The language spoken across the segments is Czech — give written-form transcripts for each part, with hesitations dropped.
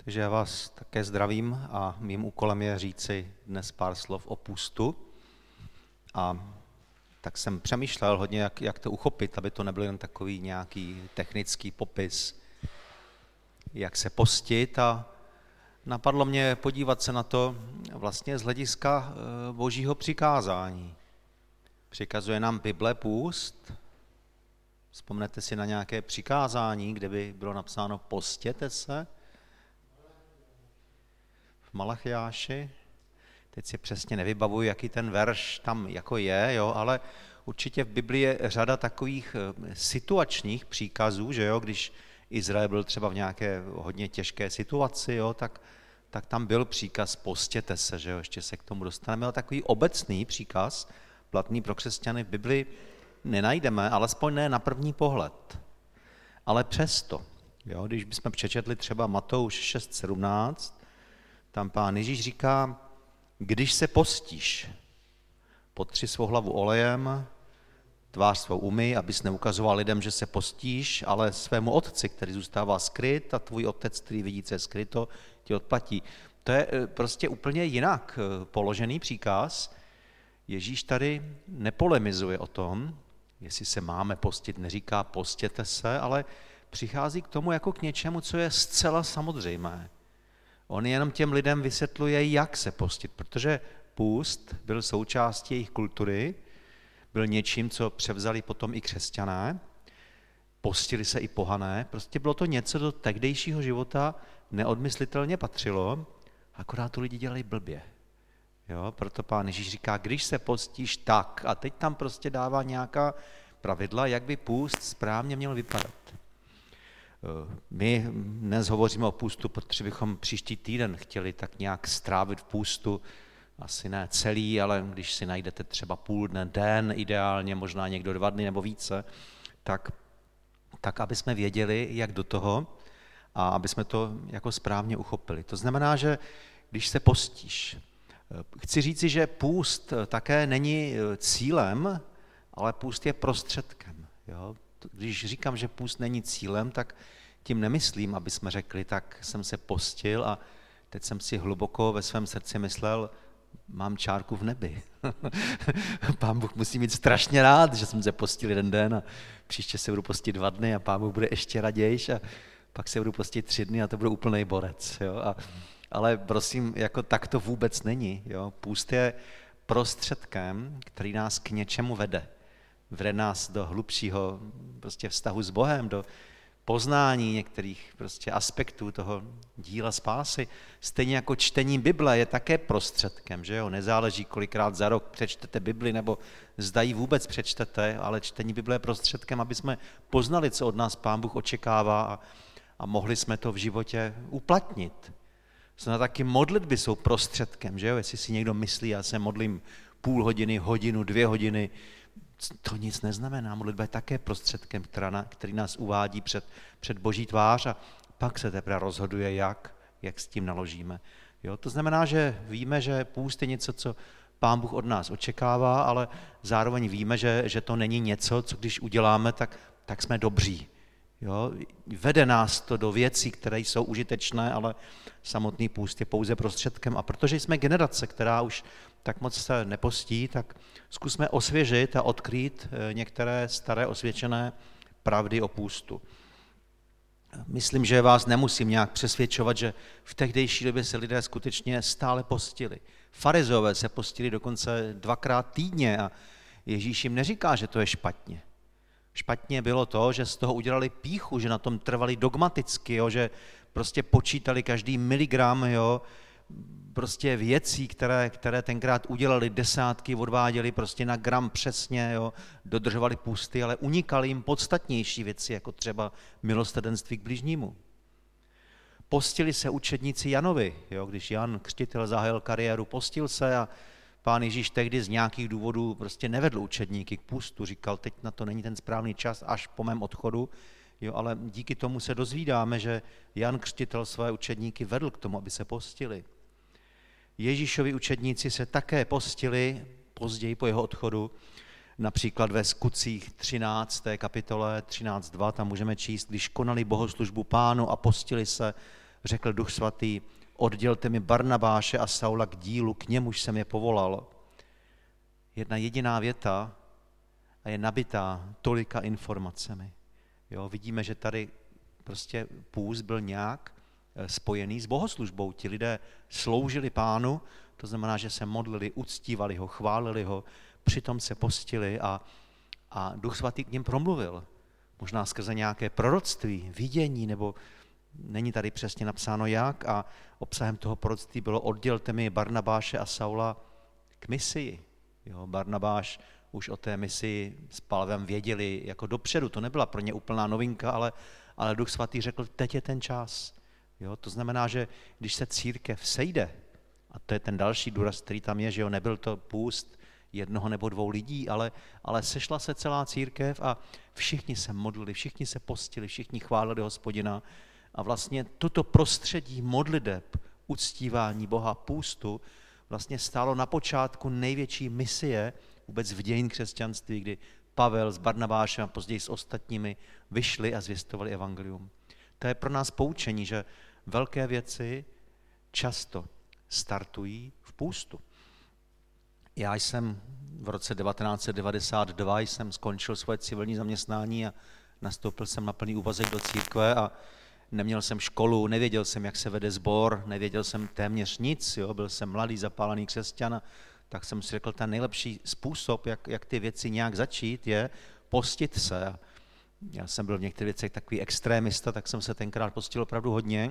Takže já vás také zdravím a mým úkolem je říci dnes pár slov o půstu. A tak jsem přemýšlel hodně, jak to uchopit, aby to nebyl jen takový nějaký technický popis, jak se postit, a napadlo mě podívat se na to vlastně z hlediska božího přikázání. Přikazuje nám Bible půst. Vzpomnete si na nějaké přikázání, kde by bylo napsáno postěte se? V Malachiáši. Teď si přesně nevybavuji, jaký ten verš tam jako je, jo, ale určitě v Biblii je řada takových situačních příkazů, že jo, když Izrael byl třeba v nějaké hodně těžké situaci, jo, tak tam byl příkaz postěte se, že jo, ještě se k tomu dostaneme, ale takový obecný příkaz, platný pro křesťany v Biblii, nenajdeme, alespoň ne na první pohled. Ale přesto, jo, když bychom přečetli třeba Matouš 6:17, tam Pán Ježíš říká, když se postíš, potři svou hlavu olejem, tvář svou umyj, abys neukazoval lidem, že se postíš, ale svému otci, který zůstává skryt, a tvůj otec, který vidí, co je skryto, ti odplatí. To je prostě úplně jinak položený příkaz. Ježíš tady nepolemizuje o tom, jestli se máme postit, neříká postěte se, ale přichází k tomu jako k něčemu, co je zcela samozřejmé. On jenom těm lidem vysvětluje, jak se postit, protože půst byl součástí jejich kultury, byl něčím, co převzali potom i křesťané, postili se i pohané, prostě bylo to něco, do tehdejšího života neodmyslitelně patřilo, akorát to lidi dělali blbě. Jo, proto Pán Ježíš říká, když se postíš tak, a teď tam prostě dává nějaká pravidla, jak by půst správně měl vypadat. My dnes hovoříme o půstu, protože bychom příští týden chtěli tak nějak strávit v půstu, asi ne celý, ale když si najdete třeba půl dne, den, ideálně možná někdo 2 dny nebo více, tak aby jsme věděli, jak do toho a aby jsme to jako správně uchopili. To znamená, že když se postíš, chci říci, že půst také není cílem, ale půst je prostředkem. Jo? Když říkám, že půst není cílem, tak tím nemyslím, aby jsme řekli, tak jsem se postil a teď jsem si hluboko ve svém srdci myslel, mám čárku v nebi. Pán Bůh musí mít strašně rád, že jsem se postil 1 den a příště se budu postit 2 dny a Pán Bůh bude ještě radější a pak se budu postit 3 dny a to bude úplnej borec. Jo? Ale prosím, jako tak to vůbec není. Jo? Půst je prostředkem, který nás k něčemu vede. Vede nás do hlubšího prostě vztahu s Bohem, do poznání některých prostě aspektů toho díla spásy. Stejně jako čtení Bible je také prostředkem, že jo? Nezáleží, kolikrát za rok přečtete Bibli, nebo zda ji vůbec přečtete, ale čtení Bible je prostředkem, aby jsme poznali, co od nás Pán Bůh očekává a mohli jsme to v životě uplatnit. Znamená taky modlitby jsou prostředkem, že jo? Jestli si někdo myslí, já se modlím půl hodiny, hodinu, 2 hodiny, to nic neznamená. Modlitba je také prostředkem, který nás uvádí před Boží tvář a pak se teprve rozhoduje, jak s tím naložíme. Jo? To znamená, že víme, že půst je něco, co Pán Bůh od nás očekává, ale zároveň víme, že to není něco, co když uděláme, tak jsme dobří. Jo? Vede nás to do věcí, které jsou užitečné, ale samotný půst je pouze prostředkem. A protože jsme generace, která už tak moc se nepostí, tak zkusme osvěžit a odkrýt některé staré osvědčené pravdy o půstu. Myslím, že vás nemusím nějak přesvědčovat, že v tehdejší době se lidé skutečně stále postili. Farizové se postili dokonce 2krát týdně a Ježíš jim neříká, že to je špatně. Špatně bylo to, že z toho udělali pýchu, že na tom trvali dogmaticky, jo, že prostě počítali každý miligram, jo, prostě věcí, které tenkrát udělali, desátky odváděli prostě na gram přesně, jo, dodržovali půsty, ale unikaly jim podstatnější věci, jako třeba milosrdenství k bližnímu. Postili se učedníci Janovi, jo, když Jan Křtitel zahájil kariéru, postil se a Pán Ježíš tehdy z nějakých důvodů prostě nevedl učedníky k půstu, říkal, teď na to není ten správný čas, až po mém odchodu, jo, ale díky tomu se dozvídáme, že Jan Křtitel své učedníky vedl k tomu, aby se postili. Ježíšovi učedníci se také postili později po jeho odchodu, například ve Skutcích 13. kapitole 13.2, tam můžeme číst, když konali bohoslužbu Pánu a postili se, řekl Duch Svatý, oddělte mi Barnabáše a Saula k dílu, k němuž jsem je povolal. Jedna jediná věta a je nabitá tolika informacemi. Jo, vidíme, že tady prostě půst byl nějak spojený s bohoslužbou. Ti lidé sloužili Pánu, to znamená, že se modlili, uctívali ho, chválili ho, přitom se postili a Duch Svatý k nim promluvil. Možná skrze nějaké proroctví, vidění, nebo není tady přesně napsáno jak, a obsahem toho proroctví bylo oddělte mi Barnabáše a Saula k misii. Jo, Barnabáš už o té misi s Pavlem věděli jako dopředu, to nebyla pro ně úplná novinka, ale Duch Svatý řekl, teď je ten čas. Jo, to znamená, že když se církev sejde, a to je ten další důraz, který tam je, že jo, nebyl to půst jednoho nebo dvou lidí, ale sešla se celá církev a všichni se modlili, všichni se postili, všichni chválili Hospodina a vlastně toto prostředí modliteb, uctívání Boha, půstu, vlastně stálo na počátku největší misie vůbec v dějin křesťanství, kdy Pavel s Barnabášem a později s ostatními vyšli a zvěstovali evangelium. To je pro nás poučení, že velké věci často startují v půstu. Já jsem v roce 1992 jsem skončil svoje civilní zaměstnání a nastoupil jsem na plný úvazek do církve a neměl jsem školu, nevěděl jsem, jak se vede sbor, nevěděl jsem téměř nic, jo, byl jsem mladý, zapálený křesťan, tak jsem si řekl, ten nejlepší způsob, jak ty věci nějak začít, je postit se. Já jsem byl v některých věcech takový extrémista, tak jsem se tenkrát postil opravdu hodně,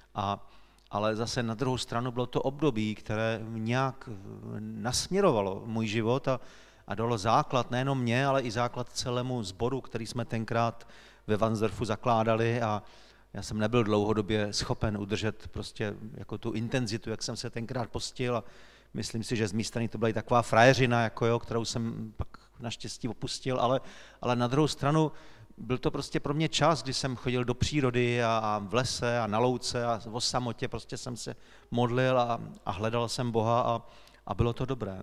ale zase na druhou stranu bylo to období, které nějak nasměrovalo můj život a dalo základ nejenom mě, ale i základ celému sboru, který jsme tenkrát ve Varnsdorfu zakládali a já jsem nebyl dlouhodobě schopen udržet prostě jako tu intenzitu, jak jsem se tenkrát postil a myslím si, že z mé strany to byla i taková frajeřina, jako jo, kterou jsem pak naštěstí opustil, ale na druhou stranu byl to prostě pro mě čas, kdy jsem chodil do přírody a v lese a na louce a o samotě prostě jsem se modlil a hledal jsem Boha a bylo to dobré.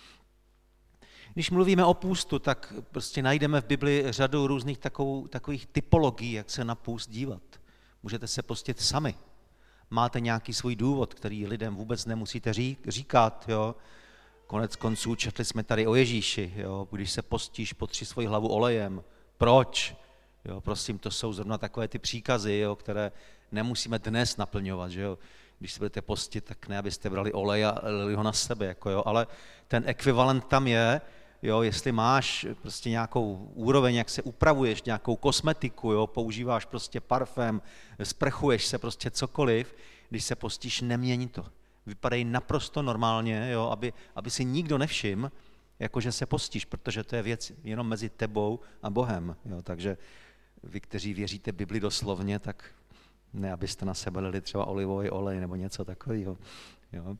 Když mluvíme o půstu, tak prostě najdeme v Bibli řadu různých takových typologií, jak se na půst dívat. Můžete se postit sami. Máte nějaký svůj důvod, který lidem vůbec nemusíte říkat. Jo? Konec konců četli jsme tady o Ježíši. Jo? Když se postíš, potři svoji hlavu olejem. Proč? Jo, prosím, to jsou zrovna takové ty příkazy, jo, které nemusíme dnes naplňovat. Že jo? Když se budete postit, tak ne, abyste brali olej a lili ho na sebe. Jako, jo? Ale ten ekvivalent tam je, jo, jestli máš prostě nějakou úroveň, jak se upravuješ, nějakou kosmetiku, jo, používáš prostě parfém, sprchuješ se prostě cokoliv, když se postíš, nemění to. Vypadají naprosto normálně, jo, aby si nikdo nevšiml, jakože se postíš, protože to je věc jenom mezi tebou a Bohem. Jo, takže vy, kteří věříte Bibli doslovně, tak ne, abyste na sebe lili třeba olivový olej nebo něco takového. Jo.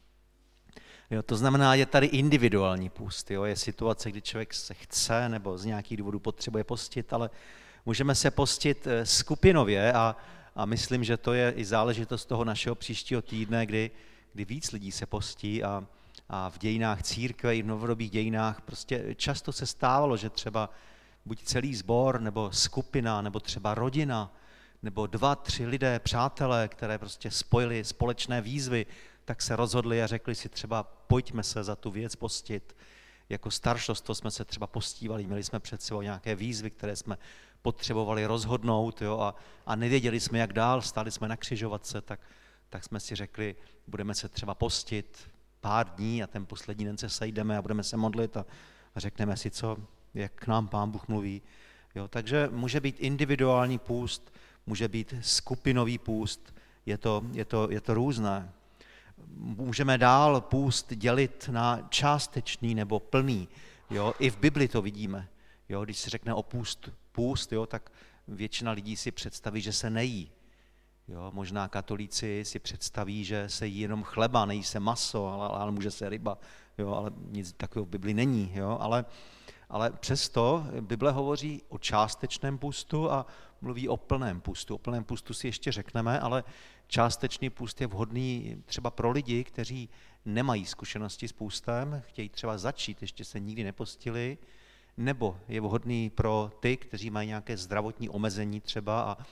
Jo, to znamená, je tady individuální půst. Jo. Je situace, kdy člověk se chce nebo z nějakých důvodů potřebuje postit, ale můžeme se postit skupinově a myslím, že to je i záležitost toho našeho příštího týdne, kdy víc lidí se postí a v dějinách církve i v novodobých dějinách prostě často se stávalo, že třeba buď celý sbor, nebo skupina, nebo třeba rodina, nebo 2, 3 lidé, přátelé, které prostě spojili společné výzvy, tak se rozhodli a řekli si třeba pojďme se za tu věc postit. Jako staršostvo jsme se třeba postívali, měli jsme před sebou nějaké výzvy, které jsme potřebovali rozhodnout, jo, a nevěděli jsme, jak dál, stáli jsme na křižovatce, tak jsme si řekli, budeme se třeba postit pár dní a ten poslední den se sejdeme a budeme se modlit a řekneme si, jak k nám Pán Bůh mluví. Jo, takže může být individuální půst, může být skupinový půst, je to různé. Můžeme dál půst dělit na částečný nebo plný. Jo, i v Bibli to vidíme. Jo, když se řekne o půst, jo, tak většina lidí si představí, že se nejí. Jo, možná katolíci si představí, že se jí jenom chleba, nejí se maso, ale může se ryba, jo, ale nic takového v Bibli není. Jo, ale přesto Bible hovoří o částečném půstu a mluví o plném půstu. O plném půstu si ještě řekneme, ale částečný půst je vhodný třeba pro lidi, kteří nemají zkušenosti s půstem, chtějí třeba začít, ještě se nikdy nepostili, nebo je vhodný pro ty, kteří mají nějaké zdravotní omezení třeba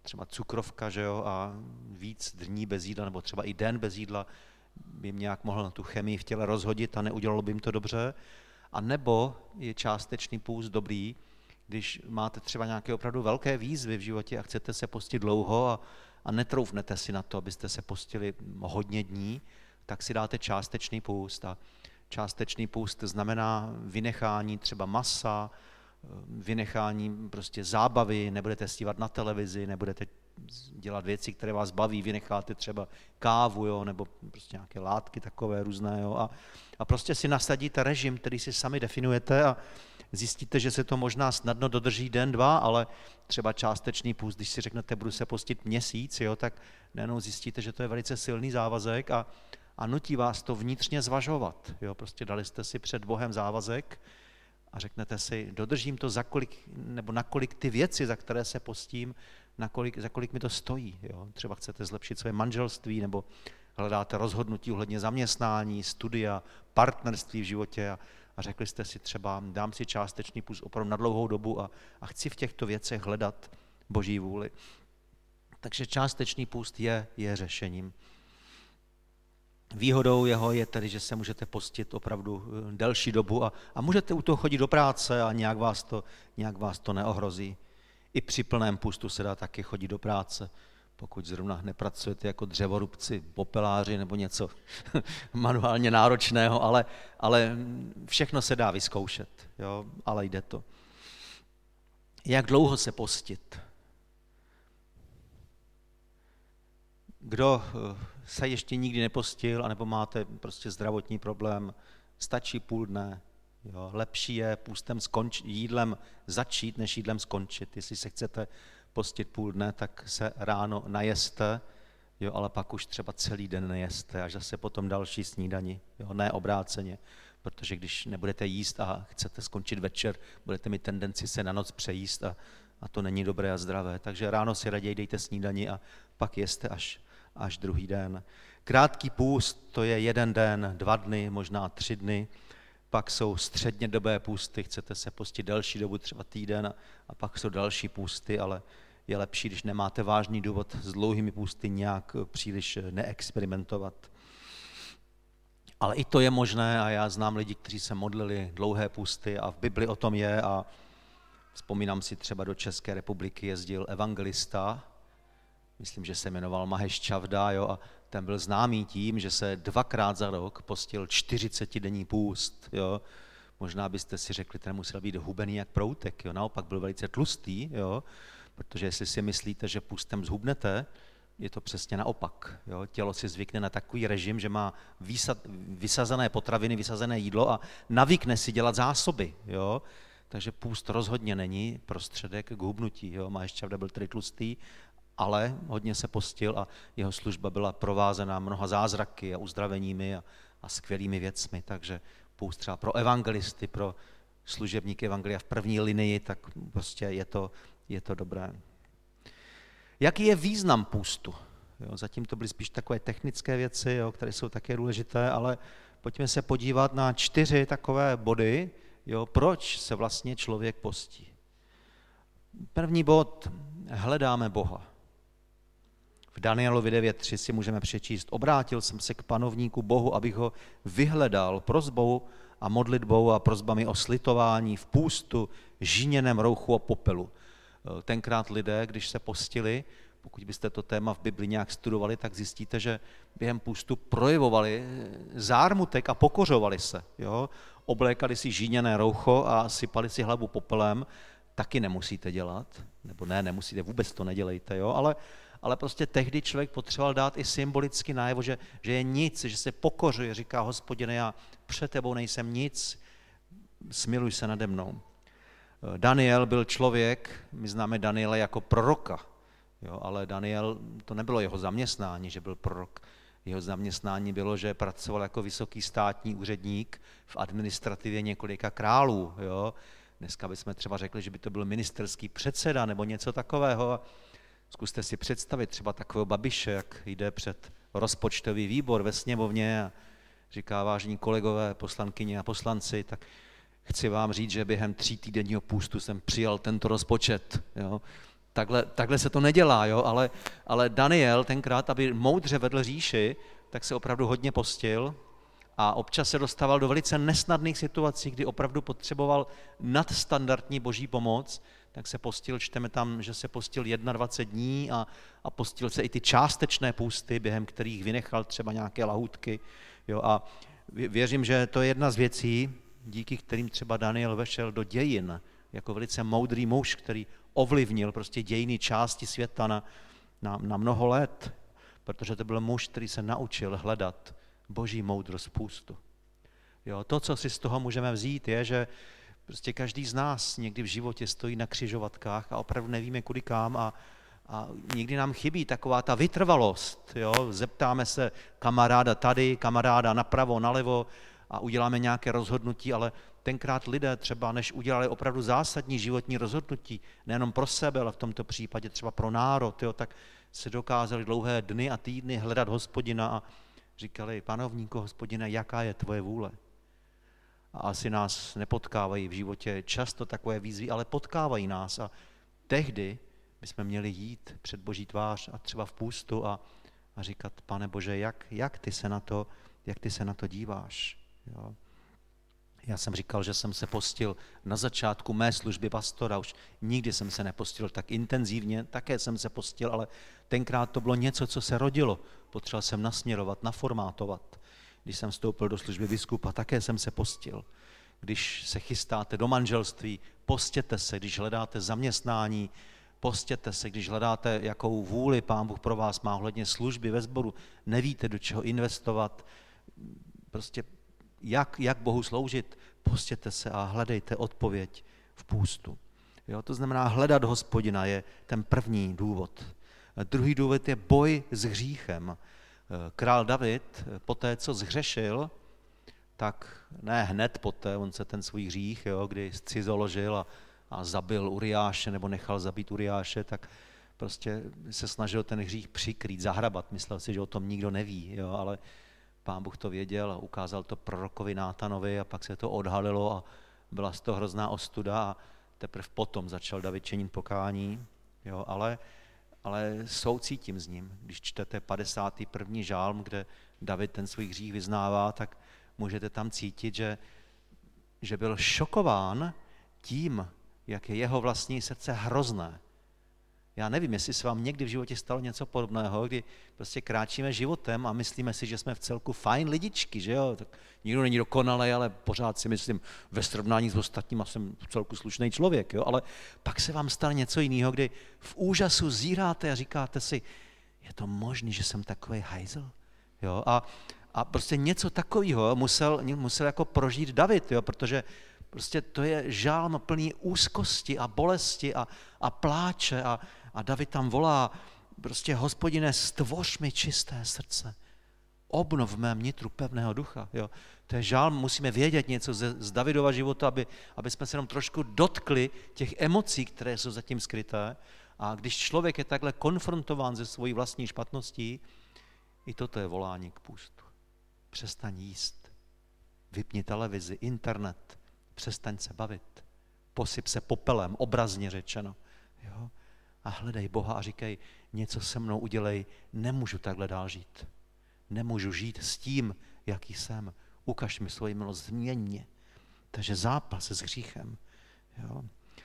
třeba cukrovka, že jo, a víc dní bez jídla, nebo třeba i den bez jídla by nějak mohl tu chemii v těle rozhodit a neudělalo by jim to dobře. A nebo je částečný půst dobrý, když máte třeba nějaké opravdu velké výzvy v životě a chcete se postit dlouho a netroufnete si na to, abyste se postili hodně dní, tak si dáte částečný půst. A částečný půst znamená vynechání třeba masa, vynechání prostě zábavy, nebudete stívat na televizi, nebudete dělat věci, které vás baví, vynecháte třeba kávu, jo, nebo prostě nějaké látky takové různé. Jo, a prostě si nasadíte režim, který si sami definujete a zjistíte, že se to možná snadno dodrží den, dva, ale třeba částečný půst, když si řeknete, budu se postit měsíc, jo, tak najednou zjistíte, že to je velice silný závazek a nutí vás to vnitřně zvažovat. Jo, prostě dali jste si před Bohem závazek a řeknete si, dodržím to nakolik ty věci, za které se postím, za kolik mi to stojí. Jo. Třeba chcete zlepšit své manželství nebo hledáte rozhodnutí ohledně zaměstnání, studia, partnerství v životě a řekli jste si třeba, dám si částečný půst opravdu na dlouhou dobu a chci v těchto věcech hledat Boží vůli. Takže částečný půst je řešením. Výhodou jeho je tedy, že se můžete postit opravdu delší dobu a můžete u toho chodit do práce a nějak vás to neohrozí. I při plném pustu se dá taky chodit do práce, pokud zrovna nepracujete jako dřevorubci, popeláři nebo něco manuálně náročného, ale všechno se dá vyzkoušet, jo, ale jde to. Jak dlouho se postit? Kdo se ještě nikdy nepostil, anebo máte prostě zdravotní problém, stačí půl dne. Jo. Lepší je jídlem začít, než jídlem skončit. Jestli se chcete postit půl dne, tak se ráno najeste, jo, ale pak už třeba celý den nejeste, až zase potom další snídani, jo, ne obráceně. Protože když nebudete jíst a chcete skončit večer, budete mít tendenci se na noc přejíst a to není dobré a zdravé. Takže ráno si raději dejte snídani a pak jeste až druhý den. Krátký půst, to je 1 den, 2 dny, možná 3 dny. Pak jsou střednědobé půsty, chcete se postit delší dobu, třeba týden, a pak jsou další půsty, ale je lepší, když nemáte vážný důvod s dlouhými půsty nějak příliš neexperimentovat. Ale i to je možné a já znám lidi, kteří se modlili dlouhé půsty a v Bibli o tom je a vzpomínám si třeba do České republiky jezdil evangelista, myslím, že se jmenoval Mahesh Chavda, jo, a ten byl známý tím, že se 2krát za rok postil 40denní půst. Jo. Možná byste si řekli, ten musel být hubený jak proutek, jo. Naopak byl velice tlustý, jo, protože jestli si myslíte, že půstem zhubnete, je to přesně naopak. Jo. Tělo si zvykne na takový režim, že má vysazené potraviny, vysazené jídlo a navykne si dělat zásoby. Jo. Takže půst rozhodně není prostředek k hubnutí. Jo. Mahesh Chavda byl tedy tlustý, ale hodně se postil a jeho služba byla provázená mnoha zázraky a uzdraveními a skvělými věcmi. Takže půst třeba pro evangelisty, pro služebníky evangelia v první linii, tak prostě je to dobré. Jaký je význam půstu? Jo, zatím to byly spíš takové technické věci, jo, které jsou také důležité, ale pojďme se podívat na 4 takové body, jo, proč se vlastně člověk postí. První bod, hledáme Boha. V Danielovi 9.3 si můžeme přečíst, obrátil jsem se k panovníku Bohu, abych ho vyhledal prosbou a modlitbou a prosbami o slitování v půstu, žíněném rouchu a popelu. Tenkrát lidé, když se postili, pokud byste to téma v Bibli nějak studovali, tak zjistíte, že během půstu projevovali zármutek a pokořovali se. Jo? Oblékali si žíněné roucho a sypali si hlavu popelem, taky nemusíte dělat, nebo nemusíte, vůbec to nedělejte, jo? Ale prostě tehdy člověk potřeboval dát i symbolicky najevo, že je nic, že se pokořuje, říká Hospodine, já před tebou nejsem nic, smiluj se nade mnou. Daniel byl člověk, my známe Daniela jako proroka, jo, ale Daniel, to nebylo jeho zaměstnání, že byl prorok. Jeho zaměstnání bylo, že pracoval jako vysoký státní úředník v administrativě několika králů. Jo. Dneska bychom třeba řekli, že by to byl ministerský předseda nebo něco takového. Zkuste si představit třeba takového Babiše, jak jde před rozpočtový výbor ve sněmovně a říká, vážení kolegové, poslankyně a poslanci, tak chci vám říct, že během 3týdenního půstu jsem přijal tento rozpočet. Jo. takhle se to nedělá, jo? Ale Daniel tenkrát, aby moudře vedl říši, tak se opravdu hodně postil a občas se dostával do velice nesnadných situací, kdy opravdu potřeboval nadstandardní boží pomoc, tak se postil, čteme tam, že se postil 21 dní a postil se i ty částečné půsty, během kterých vynechal třeba nějaké lahůdky. Jo? A věřím, že to je jedna z věcí, díky kterým třeba Daniel vešel do dějin, jako velice moudrý muž, který ovlivnil prostě dějiny části světa na mnoho let, protože to byl muž, který se naučil hledat boží moudrost v půstu. Jo, to, co si z toho můžeme vzít, je, že prostě každý z nás někdy v životě stojí na křižovatkách a opravdu nevíme kudy kam a někdy nám chybí taková ta vytrvalost. Jo? Zeptáme se kamaráda tady, kamaráda napravo, nalevo a uděláme nějaké rozhodnutí, ale tenkrát lidé třeba, než udělali opravdu zásadní životní rozhodnutí, nejenom pro sebe, ale v tomto případě třeba pro národ, jo, tak se dokázali dlouhé dny a týdny hledat Hospodina a říkali, panovníku Hospodine, jaká je tvoje vůle? A asi nás nepotkávají v životě často takové výzvy, ale potkávají nás a tehdy bychom měli jít před Boží tvář a třeba v půstu a říkat, Pane Bože, jak ty se na to díváš? Jo? Já jsem říkal, že jsem se postil na začátku mé služby pastora, už nikdy jsem se nepostil tak intenzivně, také jsem se postil, ale tenkrát to bylo něco, co se rodilo. Potřeboval jsem nasměrovat, naformátovat. Když jsem vstoupil do služby biskupa, také jsem se postil. Když se chystáte do manželství, postěte se, když hledáte zaměstnání, postěte se, když hledáte, jakou vůli Pán Bůh pro vás má ohledně služby ve sboru, nevíte, do čeho investovat, prostě jak Bohu sloužit, postěte se a hledejte odpověď v půstu. Jo, to znamená, hledat Hospodina je ten první důvod. Druhý důvod je boj s hříchem. Král David, poté, co zhřešil, tak ne hned poté, on se ten svůj hřích, jo, kdy zcizoložil a zabil Uriáše, nebo nechal zabít Uriáše, tak prostě se snažil ten hřích přikrýt, zahrabat. Myslel si, že o tom nikdo neví, jo, ale Pán Bůh to věděl a ukázal to prorokovi Nátanovi a pak se to odhalilo a byla z toho hrozná ostuda a teprve potom začal David činit pokání, jo, ale soucítím s ním. Když čtete 51. žálm, kde David ten svůj hřích vyznává, tak můžete tam cítit, že byl šokován tím, jak je jeho vlastní srdce hrozné. Já nevím, jestli se vám někdy v životě stalo něco podobného, kdy prostě kráčíme životem a myslíme si, že jsme v celku fajn lidičky, že jo? Tak nikdo není dokonalý, ale pořád si myslím, ve srovnání s ostatníma jsem v celku slušný člověk, jo? Ale pak se vám stane něco jiného, kdy v úžasu zíráte a říkáte si, je to možné, že jsem takovej hajzel? Jo? A prostě něco takového musel jako prožít David, jo? Protože prostě to je žálm plný úzkosti a bolesti a pláče a David tam volá, prostě Hospodine, stvoř mi čisté srdce, obnov v mém nitru pevného ducha. Jo. To je žálm, musíme vědět něco z Davidova života, aby jsme se jenom trošku dotkli těch emocí, které jsou zatím skryté. A když člověk je takhle konfrontován se svojí vlastní špatností, i toto je volání k půstu. Přestaň jíst, vypni televizi, internet, přestaň se bavit, posyp se popelem, obrazně řečeno. Jo? A hledej Boha a říkej, něco se mnou udělej, nemůžu takhle dál žít. Nemůžu žít s tím, jaký jsem. Ukaž mi svoji milost, změň mě. Takže zápas s hříchem. Jo?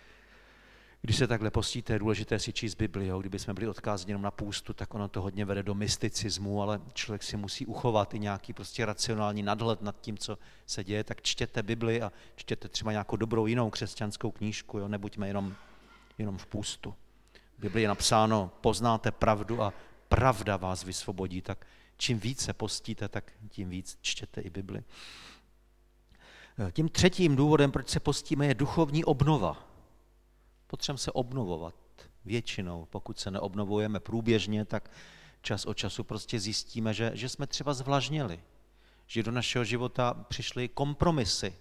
Když se takhle postíte, je důležité si číst Bibli. Jo? Kdyby jsme byli odkázáni jenom na půstu, tak ono to hodně vede do mysticismu, ale člověk si musí uchovat i nějaký prostě racionální nadhled nad tím, co se děje, tak čtěte Bibli a čtěte třeba nějakou dobrou jinou křesťanskou knížku, jo? Nebuďme jenom v půstu. V Bibli je napsáno, poznáte pravdu a pravda vás vysvobodí, tak čím víc se postíte, tak tím víc čtěte i Bibli. Tím třetím důvodem, proč se postíme, je duchovní obnova. Potřebujeme se obnovovat většinou. Pokud se neobnovujeme průběžně, tak čas od času prostě zjistíme, že jsme třeba zvlažněli, že do našeho života přišly kompromisy,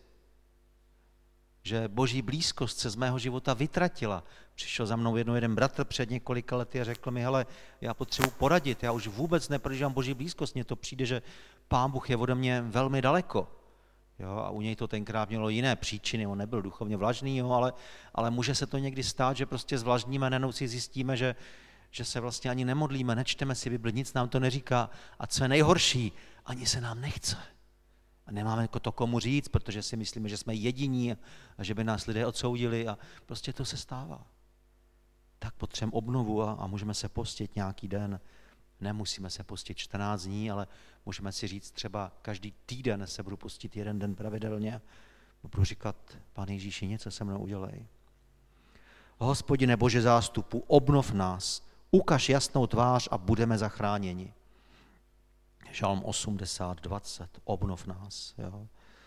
že boží blízkost se z mého života vytratila. Přišel za mnou jeden bratr před několika lety a řekl mi, hele, já potřebuji poradit, já už vůbec neprožívám boží blízkost, mně to přijde, že Pán Bůh je ode mě velmi daleko. Jo, a u něj to tenkrát mělo jiné příčiny, on nebyl duchovně vlažný, jo, ale může se to někdy stát, že prostě zvlažníme, najednou si zjistíme, že se vlastně ani nemodlíme, nečteme si Bibli, nic nám to neříká a co je nejhorší, ani se nám nechce. A nemáme to komu říct, protože si myslíme, že jsme jediní a že by nás lidé odsoudili a prostě to se stává. Tak potřebujeme obnovu a můžeme se postit nějaký den. Nemusíme se postit 14 dní, ale můžeme si říct třeba každý týden se budu postit 1 den pravidelně. Budu říkat, Pane Ježíši, něco se mnou udělej. Hospodine Bože zástupu, obnov nás, ukaž jasnou tvář a budeme zachráněni. Žalm 80, 20, obnov nás. Jo.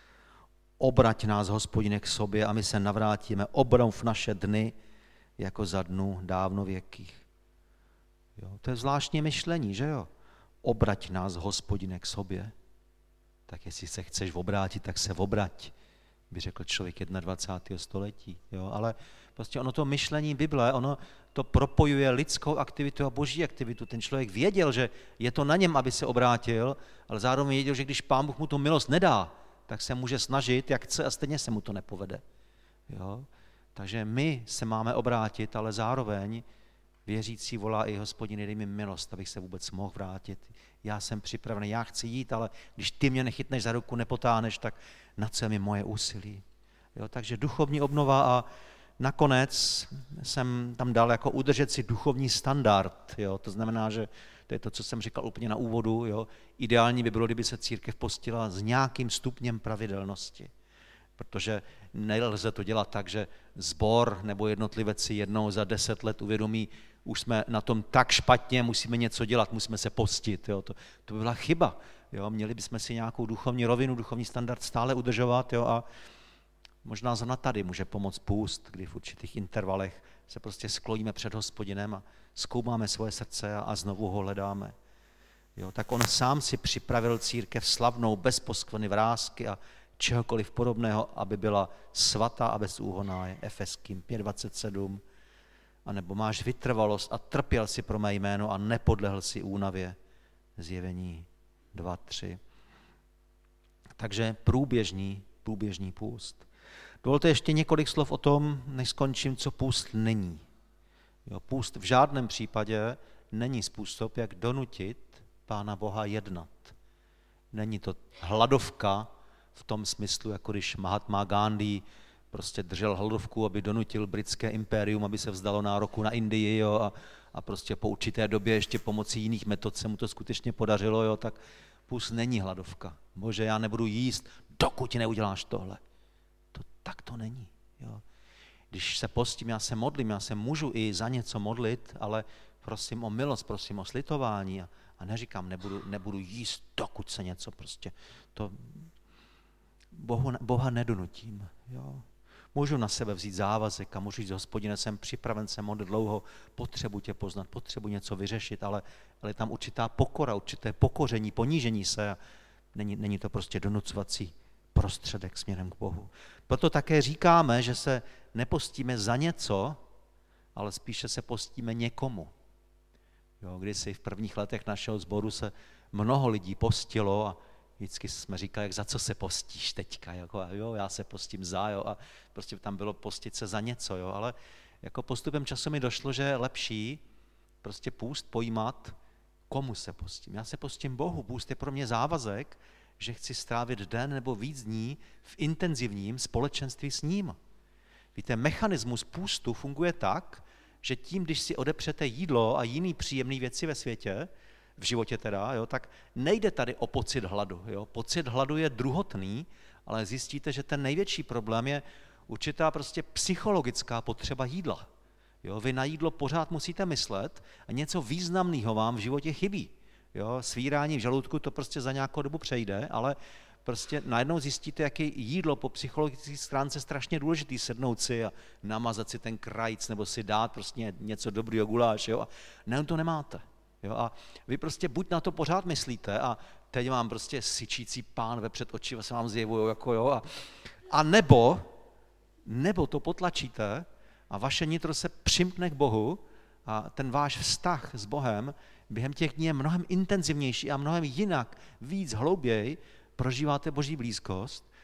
Obrať nás, Hospodine, k sobě a my se navrátíme. Obnov naše dny, jako za dnů dávno věkých. Jo, to je zvláštní myšlení, že jo? Obrať nás, Hospodine, k sobě. Tak jestli se chceš obrátit, tak se obrať, by řekl člověk 21. století. Jo? Ale prostě ono to myšlení Bible, ono to propojuje lidskou aktivitu a boží aktivitu. Ten člověk věděl, že je to na něm, aby se obrátil, ale zároveň věděl, že když Pán Bůh mu tu milost nedá, tak se může snažit, jak chce, a stejně se mu to nepovede. Jo? Takže my se máme obrátit, ale zároveň věřící volá i Hospodin, dej mi milost, abych se vůbec mohl vrátit. Já jsem připravený, já chci jít, ale když ty mě nechytneš za ruku, nepotáhneš, tak na co je mi moje úsilí. Jo, takže duchovní obnova a nakonec jsem tam dal jako udržet si duchovní standard. Jo, to znamená, že to je to, co jsem říkal úplně na úvodu. Jo, ideální by bylo, kdyby se církev postila s nějakým stupněm pravidelnosti. Protože nelze to dělat tak, že sbor nebo jednotlivec si jednou za 10 let uvědomí, už jsme na tom tak špatně, musíme něco dělat, musíme se postit. Jo. To by byla chyba. Jo. Měli bychom si nějakou duchovní rovinu, duchovní standard stále udržovat. Jo. A možná zrovna tady může pomoct půst, kdy v určitých intervalech se prostě skloníme před Hospodinem a zkoumáme svoje srdce a znovu ho hledáme. Jo. Tak on sám si připravil církev slavnou, bez poskvrny, vrásky a čehokoliv podobného, aby byla svatá a bezúhonná, je Efeským 5:27, anebo máš vytrvalost a trpěl si pro mé jméno a nepodlehl si únavě, Zjevení 2:3. Takže průběžný půst. Dovolte ještě několik slov o tom, než skončím, co půst není. Jo, půst v žádném případě není způsob, jak donutit Pána Boha jednat. Není to hladovka, v tom smyslu, jako když Mahatma Gandhi prostě držel hladovku, aby donutil britské impérium, aby se vzdalo nároku na Indii, jo, a prostě po určité době ještě pomocí jiných metod se mu to skutečně podařilo, jo, tak půst není hladovka. Bože, já nebudu jíst, dokud neuděláš tohle. Tak to není. Jo. Když se postím, já se modlím, já se můžu i za něco modlit, ale prosím o milost, prosím o slitování a neříkám, nebudu jíst, dokud se něco prostě. To Boha nedonutím. Jo. Můžu na sebe vzít závazek a můžu říct, Hospodine, jsem připraven se modlit dlouho, potřebuji tě poznat, potřebuji něco vyřešit, ale je tam určitá pokora, určité pokoření, ponížení se a není to prostě donucovací prostředek směrem k Bohu. Proto také říkáme, že se nepostíme za něco, ale spíše se postíme někomu. Jo, kdysi v prvních letech našeho sboru se mnoho lidí postilo a vždycky jsme říkali, jak za co se postíš teďka, jako, jo, já se postím za, jo, a prostě tam bylo postit se za něco, jo, ale jako postupem času mi došlo, že je lepší prostě půst pojímat, komu se postím. Já se postím Bohu, půst je pro mě závazek, že chci strávit den nebo víc dní v intenzivním společenství s ním. Víte, mechanismus půstu funguje tak, že tím, když si odepřete jídlo a jiný příjemné věci ve světě, v životě teda, jo, tak nejde tady o pocit hladu. Jo. Pocit hladu je druhotný, ale zjistíte, že ten největší problém je určitá prostě psychologická potřeba jídla. Jo. Vy na jídlo pořád musíte myslet a něco významného vám v životě chybí. Jo. Svírání v žaludku to prostě za nějakou dobu přejde, ale prostě najednou zjistíte, jak je jídlo po psychologické stránce strašně důležitý, sednout si a namazat si ten krajíc nebo si dát prostě něco dobrýho guláš, jo, a nejen to nemáte. Jo, a vy prostě buď na to pořád myslíte a teď vám prostě syčící pán vepřed oči se vám zjevujou, jako jo, a nebo to potlačíte a vaše nitro se přimkne k Bohu a ten váš vztah s Bohem během těch dní je mnohem intenzivnější a mnohem jinak, víc hlouběji prožíváte Boží blízkost,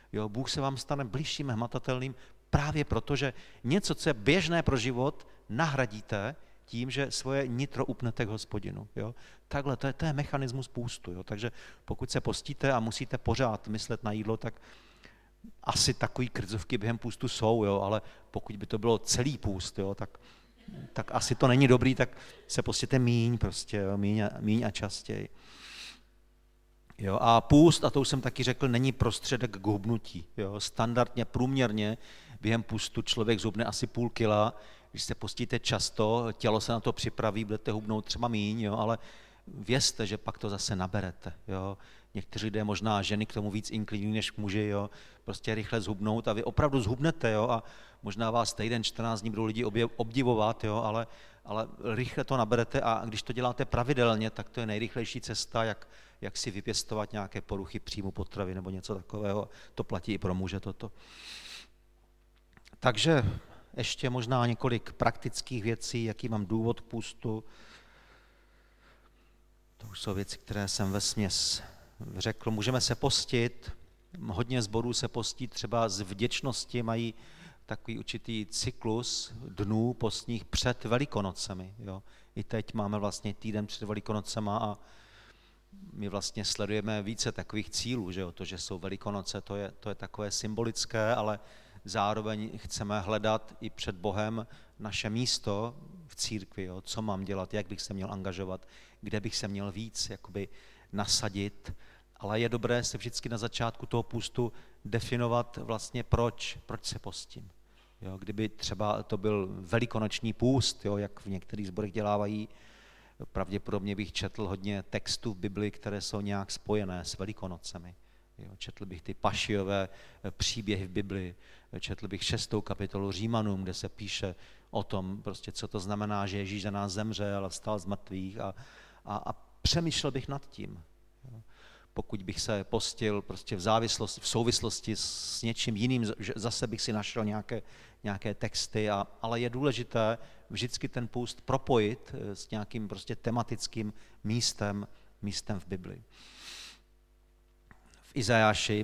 Jo, Bůh se vám stane bližším, hmatatelným právě proto, že něco, co je běžné pro život, nahradíte tím, že svoje nitro upnete k Hospodinu. Jo. Takhle, to je mechanismus půstu. Jo. Takže pokud se postíte a musíte pořád myslet na jídlo, tak asi takový krdzovky během půstu jsou, jo, ale pokud by to bylo celý půst, jo, tak asi to není dobrý, tak se postěte míň, prostě, jo, míň a častěji. Jo, a půst, a to už jsem taky řekl, není prostředek k hubnutí. Jo. Standardně, průměrně během půstu člověk zhubne asi půl kila. Když se postíte často, tělo se na to připraví, budete hubnout třeba míň, jo, ale vězte, že pak to zase naberete. Jo. Někteří lidé, možná ženy, k tomu víc inklinují než muži, jo, prostě rychle zhubnout a vy opravdu zhubnete, jo, a možná vás týden, 14 dní budou lidi obdivovat, jo, ale rychle to naberete a když to děláte pravidelně, tak to je nejrychlejší cesta, jak si vypěstovat nějaké poruchy příjmu potravy nebo něco takového. To platí i pro muže toto. Takže ještě možná několik praktických věcí, jaký mám důvod k půstu. To už jsou věci, které jsem vesměs řekl. Můžeme se postit, hodně sborů se postí třeba z vděčnosti, mají takový určitý cyklus dnů postních před Velikonocemi. Jo. I teď máme vlastně týden před Velikonocema a my vlastně sledujeme více takových cílů, že jo. To, že jsou Velikonoce, to je takové symbolické, ale zároveň chceme hledat i před Bohem naše místo v církvi, jo. Co mám dělat, jak bych se měl angažovat, kde bych se měl víc jakoby nasadit, ale je dobré se vždycky na začátku toho půstu definovat vlastně proč se postím. Jo, kdyby třeba to byl velikonoční půst, jo, jak v některých sborech dělávají, pravděpodobně bych četl hodně textů v Bibli, které jsou nějak spojené s Velikonocemi. Jo, četl bych ty Pašiové příběhy v Bibli, četl bych 6. kapitolu Římanům, kde se píše o tom, prostě, co to znamená, že Ježíš za nás zemřel a vstal z mrtvých a přemýšlel bych nad tím. Jo. Pokud bych se postil prostě v souvislosti s něčím jiným, že zase bych si našel nějaké texty, ale je důležité vždycky ten půst propojit s nějakým prostě tematickým místem v Bibli. V Izajáši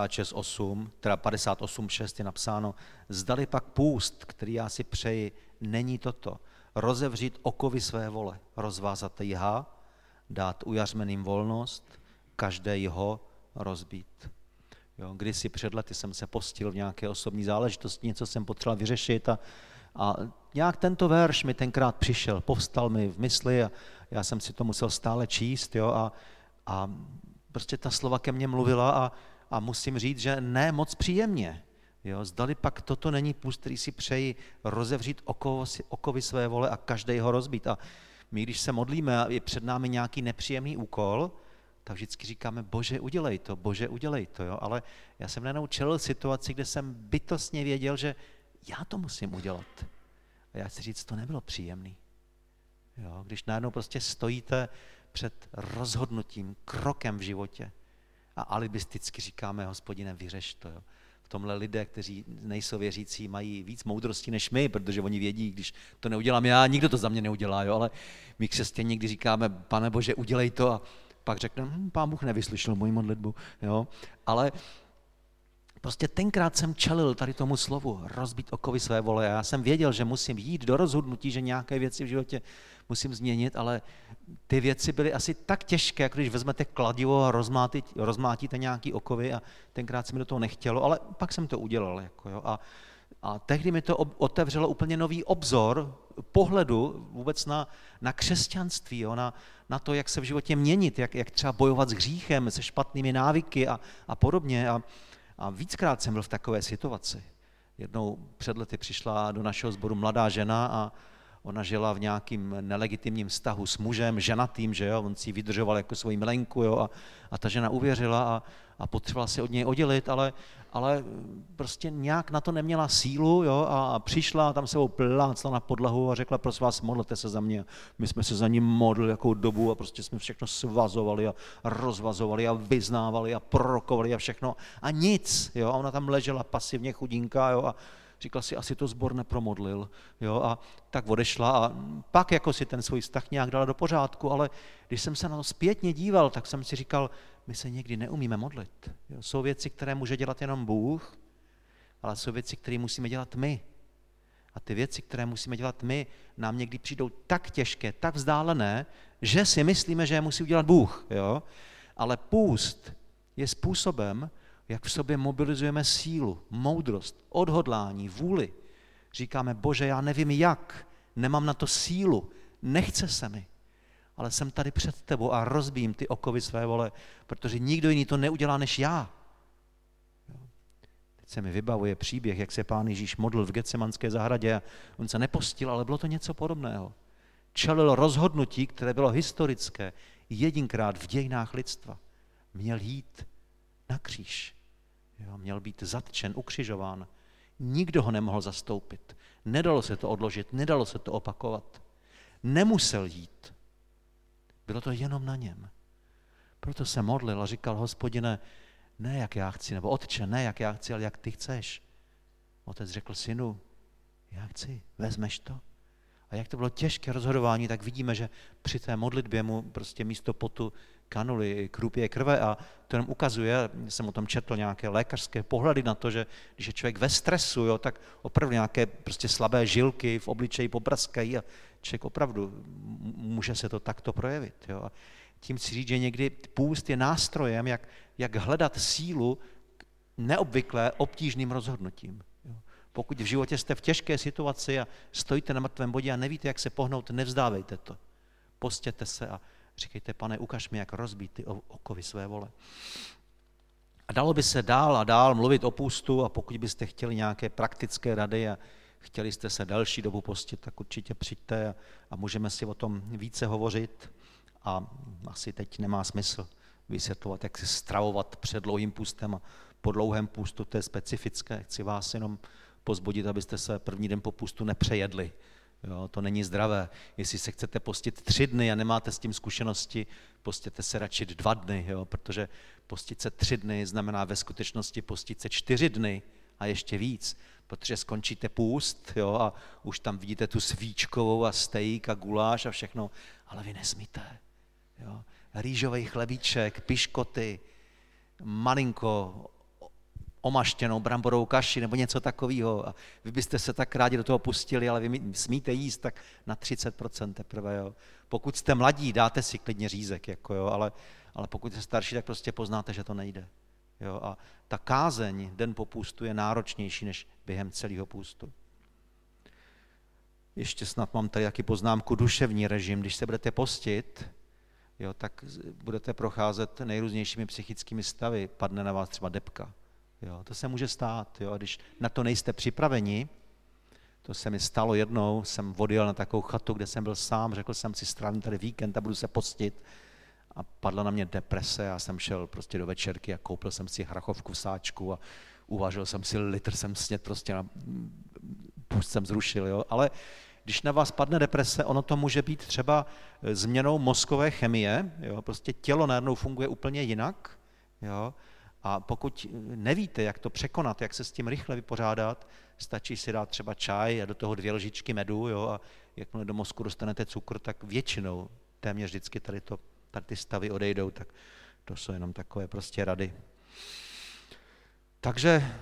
58:6 je napsáno: zdali pak půst, který já si přeji, není toto: rozevřít okovy své vole, rozvázat jha, dát ujařmeným volnost, každé jho rozbít. Jo, kdysi před lety jsem se postil v nějaké osobní záležitosti, něco jsem potřeboval vyřešit a nějak tento verš mi tenkrát přišel, povstal mi v mysli a já jsem si to musel stále číst, jo, a prostě ta slova ke mně mluvila a musím říct, že ne moc příjemně. Jo, zdali pak toto není půst, který si přeji, rozevřít okovy své vole a každý ho rozbít. A my, když se modlíme a je před námi nějaký nepříjemný úkol, tak vždycky říkáme: Bože, udělej to, jo. Ale já jsem najednou čelil situaci, kde jsem bytostně věděl, že já to musím udělat. A já chci říct, to nebylo příjemný. Jo, když najednou prostě stojíte před rozhodnutím, krokem v životě a alibisticky říkáme: Hospodine, vyřeš to. Jo. V tomhle lidé, kteří nejsou věřící, mají víc moudrosti než my, protože oni vědí, když to neudělám já, nikdo to za mě neudělá. Jo. Ale my křesťané někdy říkáme: Pane Bože, udělej to, a pak řekne: Pán Bůh nevyslyšel moji modlitbu. Jo. Ale prostě tenkrát jsem čelil tady tomu slovu rozbít okovy své vole. Já jsem věděl, že musím jít do rozhodnutí, že nějaké věci v životě musím změnit, ale ty věci byly asi tak těžké, jako když vezmete kladivo a rozmátíte nějaký okovy, a tenkrát se mi do toho nechtělo, ale pak jsem to udělal. Jako jo. A tehdy mi to otevřelo úplně nový obzor pohledu vůbec na křesťanství, jo, na to, jak se v životě měnit, jak třeba bojovat s hříchem, se špatnými návyky a podobně. A víckrát jsem byl v takové situaci. Jednou před lety přišla do našeho sboru mladá žena a ona žila v nějakým nelegitimním vztahu s mužem, ženatým, že jo, on si ji vydržoval jako svoji milenku, jo, a ta žena uvěřila a potřebovala se od něj oddělit, ale prostě nějak na to neměla sílu, jo, a přišla, tam se plácla na podlahu a řekla: prosím vás, modlete se za mě. My jsme se za ním modlili jakou dobu a prostě jsme všechno svazovali a rozvazovali a vyznávali a prorokovali a všechno a nic, jo, a ona tam ležela pasivně chudinká, jo, a říkal si, asi to sbor nepromodlil, jo, a tak odešla a pak jako si ten svůj vztah nějak dala do pořádku, ale když jsem se na to zpětně díval, tak jsem si říkal, my se někdy neumíme modlit. Jo. Jsou věci, které může dělat jenom Bůh, ale jsou věci, které musíme dělat my. A ty věci, které musíme dělat my, nám někdy přijdou tak těžké, tak vzdálené, že si myslíme, že je musí udělat Bůh. Jo? Ale půst je způsobem, jak v sobě mobilizujeme sílu, moudrost, odhodlání, vůli. Říkáme, Bože, já nevím jak, nemám na to sílu, nechce se mi, ale jsem tady před tebou a rozbím ty okovy své vole, protože nikdo jiný to neudělá než já. Teď se mi vybavuje příběh, jak se Pán Ježíš modlil v Getsemanské zahradě a on se nepostil, ale bylo to něco podobného. Čelil rozhodnutí, které bylo historické, jedinkrát v dějinách lidstva. Měl jít na kříž. Jo, měl být zatčen, ukřižován. Nikdo ho nemohl zastoupit. Nedalo se to odložit, nedalo se to opakovat. Nemusel jít. Bylo to jenom na něm. Proto se modlil a říkal, Hospodine, ne jak já chci, nebo Otče, ne jak já chci, ale jak ty chceš. Otec řekl, synu, já chci, vezmeš to. A jak to bylo těžké rozhodování, tak vidíme, že při té modlitbě mu prostě místo potu kanuli krupě krve a to nám ukazuje, jsem o tom četl nějaké lékařské pohledy na to, že když je člověk ve stresu, jo, tak opravdu nějaké prostě slabé žilky v obličeji popraskají a člověk opravdu může se to takto projevit. Jo. A tím chci říct, že někdy půst je nástrojem, jak hledat sílu k neobvyklé obtížným rozhodnutím. Jo. Pokud v životě jste v těžké situaci a stojíte na mrtvém bodě a nevíte, jak se pohnout, nevzdávejte to. Postěte se a říkejte, Pane, ukaž mi, jak rozbít ty okovy své vole. A dalo by se dál a dál mluvit o půstu a pokud byste chtěli nějaké praktické rady a chtěli jste se delší dobu postit, tak určitě přijďte a můžeme si o tom více hovořit. A asi teď nemá smysl vysvětlovat, jak se stravovat před dlouhým půstem a po dlouhém půstu, to je specifické. Chci vás jenom pozbudit, abyste se první den po půstu nepřejedli. Jo, to není zdravé. Jestli se chcete postit 3 dny a nemáte s tím zkušenosti, postěte se radši 2 dny, jo, protože postit se 3 dny znamená ve skutečnosti postit se 4 dny a ještě víc, protože skončíte půst, jo, a už tam vidíte tu svíčkovou a steak a guláš a všechno, ale vy nesmíte. Jo. Rýžový chlebíček, piškoty, malinko omaštěnou bramborovou kaši nebo něco takového. A vy byste se tak rádi do toho pustili, ale vy smíte jíst tak na 30% teprve. Jo. Pokud jste mladí, dáte si klidně řízek, jako jo, ale pokud jste starší, tak prostě poznáte, že to nejde. Jo. A ta kázeň den po půstu je náročnější než během celého půstu. Ještě snad mám tady taky poznámku duševní režim. Když se budete postit, jo, tak budete procházet nejrůznějšími psychickými stavy. Padne na vás třeba depka. Jo, to se může stát. Jo, a když na to nejste připraveni, to se mi stalo jednou, jsem odjel na takovou chatu, kde jsem byl sám, řekl jsem si, strávím tady víkend a budu se postit. A padla na mě deprese, já jsem šel prostě do večerky a koupil jsem si hrachovku v sáčku a uvažil jsem si litr, jsem sněd prostě na půst jsem zrušil. Jo. Ale když na vás padne deprese, ono to může být třeba změnou mozkové chemie, jo, prostě tělo najednou funguje úplně jinak, jo, a pokud nevíte, jak to překonat, jak se s tím rychle vypořádat, stačí si dát třeba čaj a do toho 2 lžičky medu, jo, a jakmile do mozku dostanete cukr, tak většinou, téměř vždycky tady ty stavy odejdou, tak to jsou jenom takové prostě rady. Takže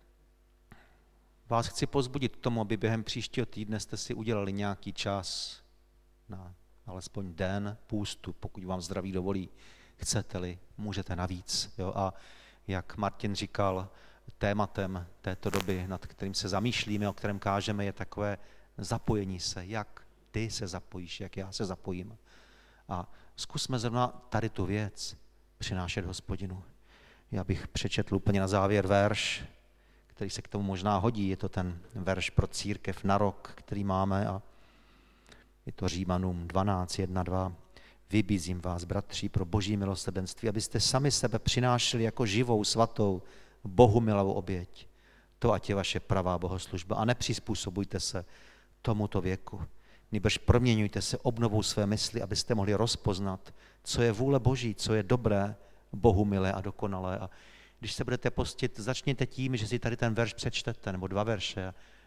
vás chci pozbudit k tomu, aby během příštího týdne jste si udělali nějaký čas na alespoň den půstu, pokud vám zdraví dovolí, chcete-li, můžete navíc. Jo? A jak Martin říkal, tématem této doby, nad kterým se zamýšlíme, o kterém kážeme, je takové zapojení se, jak ty se zapojíš, jak já se zapojím. A zkusme zrovna tady tu věc přinášet Hospodinu. Já bych přečetl úplně na závěr verš, který se k tomu možná hodí. Je to ten verš pro církev na rok, který máme a je to Římanům 12, 1, 2. Vybízím vás, bratři, pro boží milosrdenství, abyste sami sebe přinášeli jako živou, svatou, Bohu milovou oběť. To ať je vaše pravá bohoslužba a nepřizpůsobujte se tomuto věku. Nýbrž proměňujte se obnovou své mysli, abyste mohli rozpoznat, co je vůle Boží, co je dobré, Bohu milé a dokonalé. A když se budete postit, začněte tím, že si tady ten verš přečtete, nebo 2 verše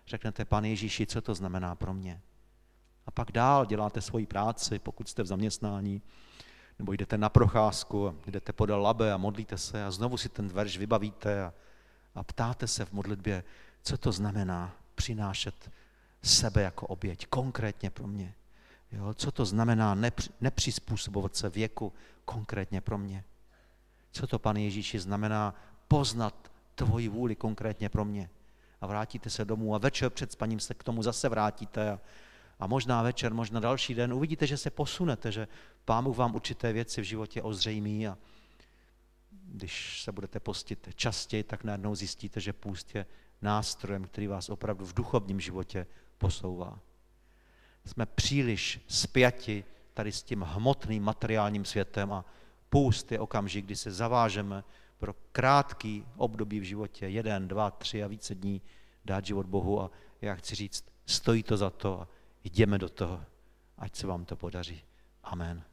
řeknete, Pane Ježíši, co to znamená pro mě. A pak dál děláte svoji práci, pokud jste v zaměstnání, nebo jdete na procházku, jdete podél Labe a modlíte se a znovu si ten verš vybavíte a ptáte se v modlitbě, co to znamená přinášet sebe jako oběť, konkrétně pro mě. Jo, co to znamená nepřizpůsobovat se věku konkrétně pro mě. Co to, Pane Ježíši, znamená poznat tvoji vůli konkrétně pro mě. A vrátíte se domů a večer před spaním se k tomu zase vrátíte a možná večer, možná další den uvidíte, že se posunete, že Pán Bůh vám určité věci v životě ozřejmí a když se budete postit častěji, tak najednou zjistíte, že půst je nástrojem, který vás opravdu v duchovním životě posouvá. Jsme příliš spjati tady s tím hmotným materiálním světem a půst je okamžik, kdy se zavážeme pro krátký období v životě, 1, 2, 3 a více dní dát život Bohu a já chci říct, stojí to za to a jdeme do toho, ať se vám to podaří. Amen.